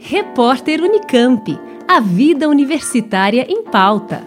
Repórter Unicamp. A vida universitária em pauta.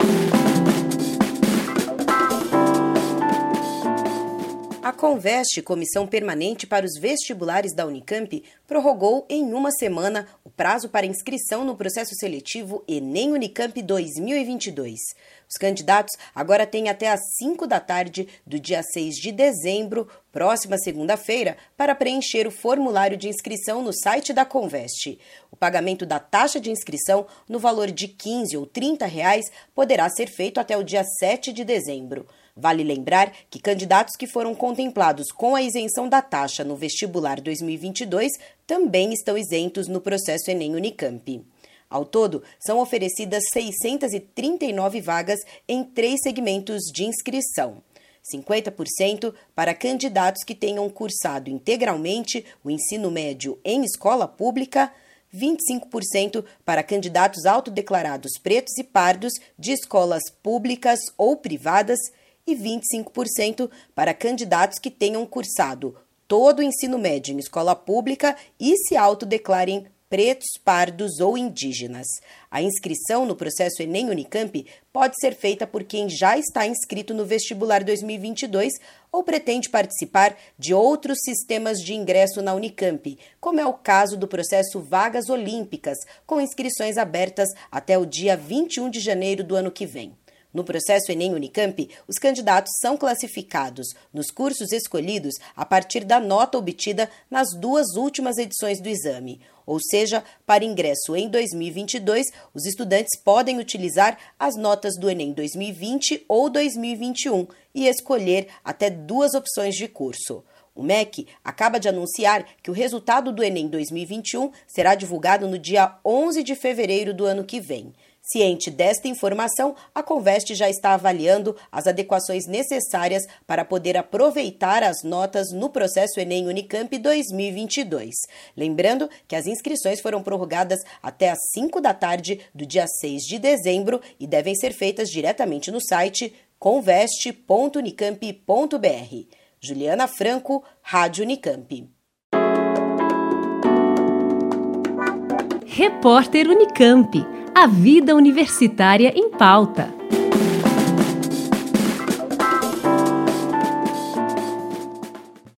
A Conveste, Comissão Permanente para os Vestibulares da Unicamp, prorrogou em uma semana o prazo para inscrição no processo seletivo Enem Unicamp 2022. Os candidatos agora têm até às 5 da tarde do dia 6 de dezembro, próxima segunda-feira, para preencher o formulário de inscrição no site da Conveste. O pagamento da taxa de inscrição, no valor de R$ 15 ou R$ 30, poderá ser feito até o dia 7 de dezembro. Vale lembrar que candidatos que foram contemplados com a isenção da taxa no vestibular 2022 também estão isentos no processo Enem Unicamp. Ao todo, são oferecidas 639 vagas em 3 segmentos de inscrição. 50% para candidatos que tenham cursado integralmente o ensino médio em escola pública, 25% para candidatos autodeclarados pretos e pardos de escolas públicas ou privadas e 25% para candidatos que tenham cursado todo o ensino médio em escola pública e se autodeclarem pretos, pardos ou indígenas. A inscrição no processo Enem Unicamp pode ser feita por quem já está inscrito no vestibular 2022 ou pretende participar de outros sistemas de ingresso na Unicamp, como é o caso do processo Vagas Olímpicas, com inscrições abertas até o dia 21 de janeiro do ano que vem. No processo Enem Unicamp, os candidatos são classificados nos cursos escolhidos a partir da nota obtida nas 2 últimas edições do exame. Ou seja, para ingresso em 2022, os estudantes podem utilizar as notas do Enem 2020 ou 2021 e escolher até 2 opções de curso. O MEC acaba de anunciar que o resultado do Enem 2021 será divulgado no dia 11 de fevereiro do ano que vem. Ciente desta informação, a Conveste já está avaliando as adequações necessárias para poder aproveitar as notas no processo Enem Unicamp 2022. Lembrando que as inscrições foram prorrogadas até às 5 da tarde do dia 6 de dezembro e devem ser feitas diretamente no site conveste.unicamp.br. Juliana Franco, Rádio Unicamp. Repórter Unicamp. A vida universitária em pauta.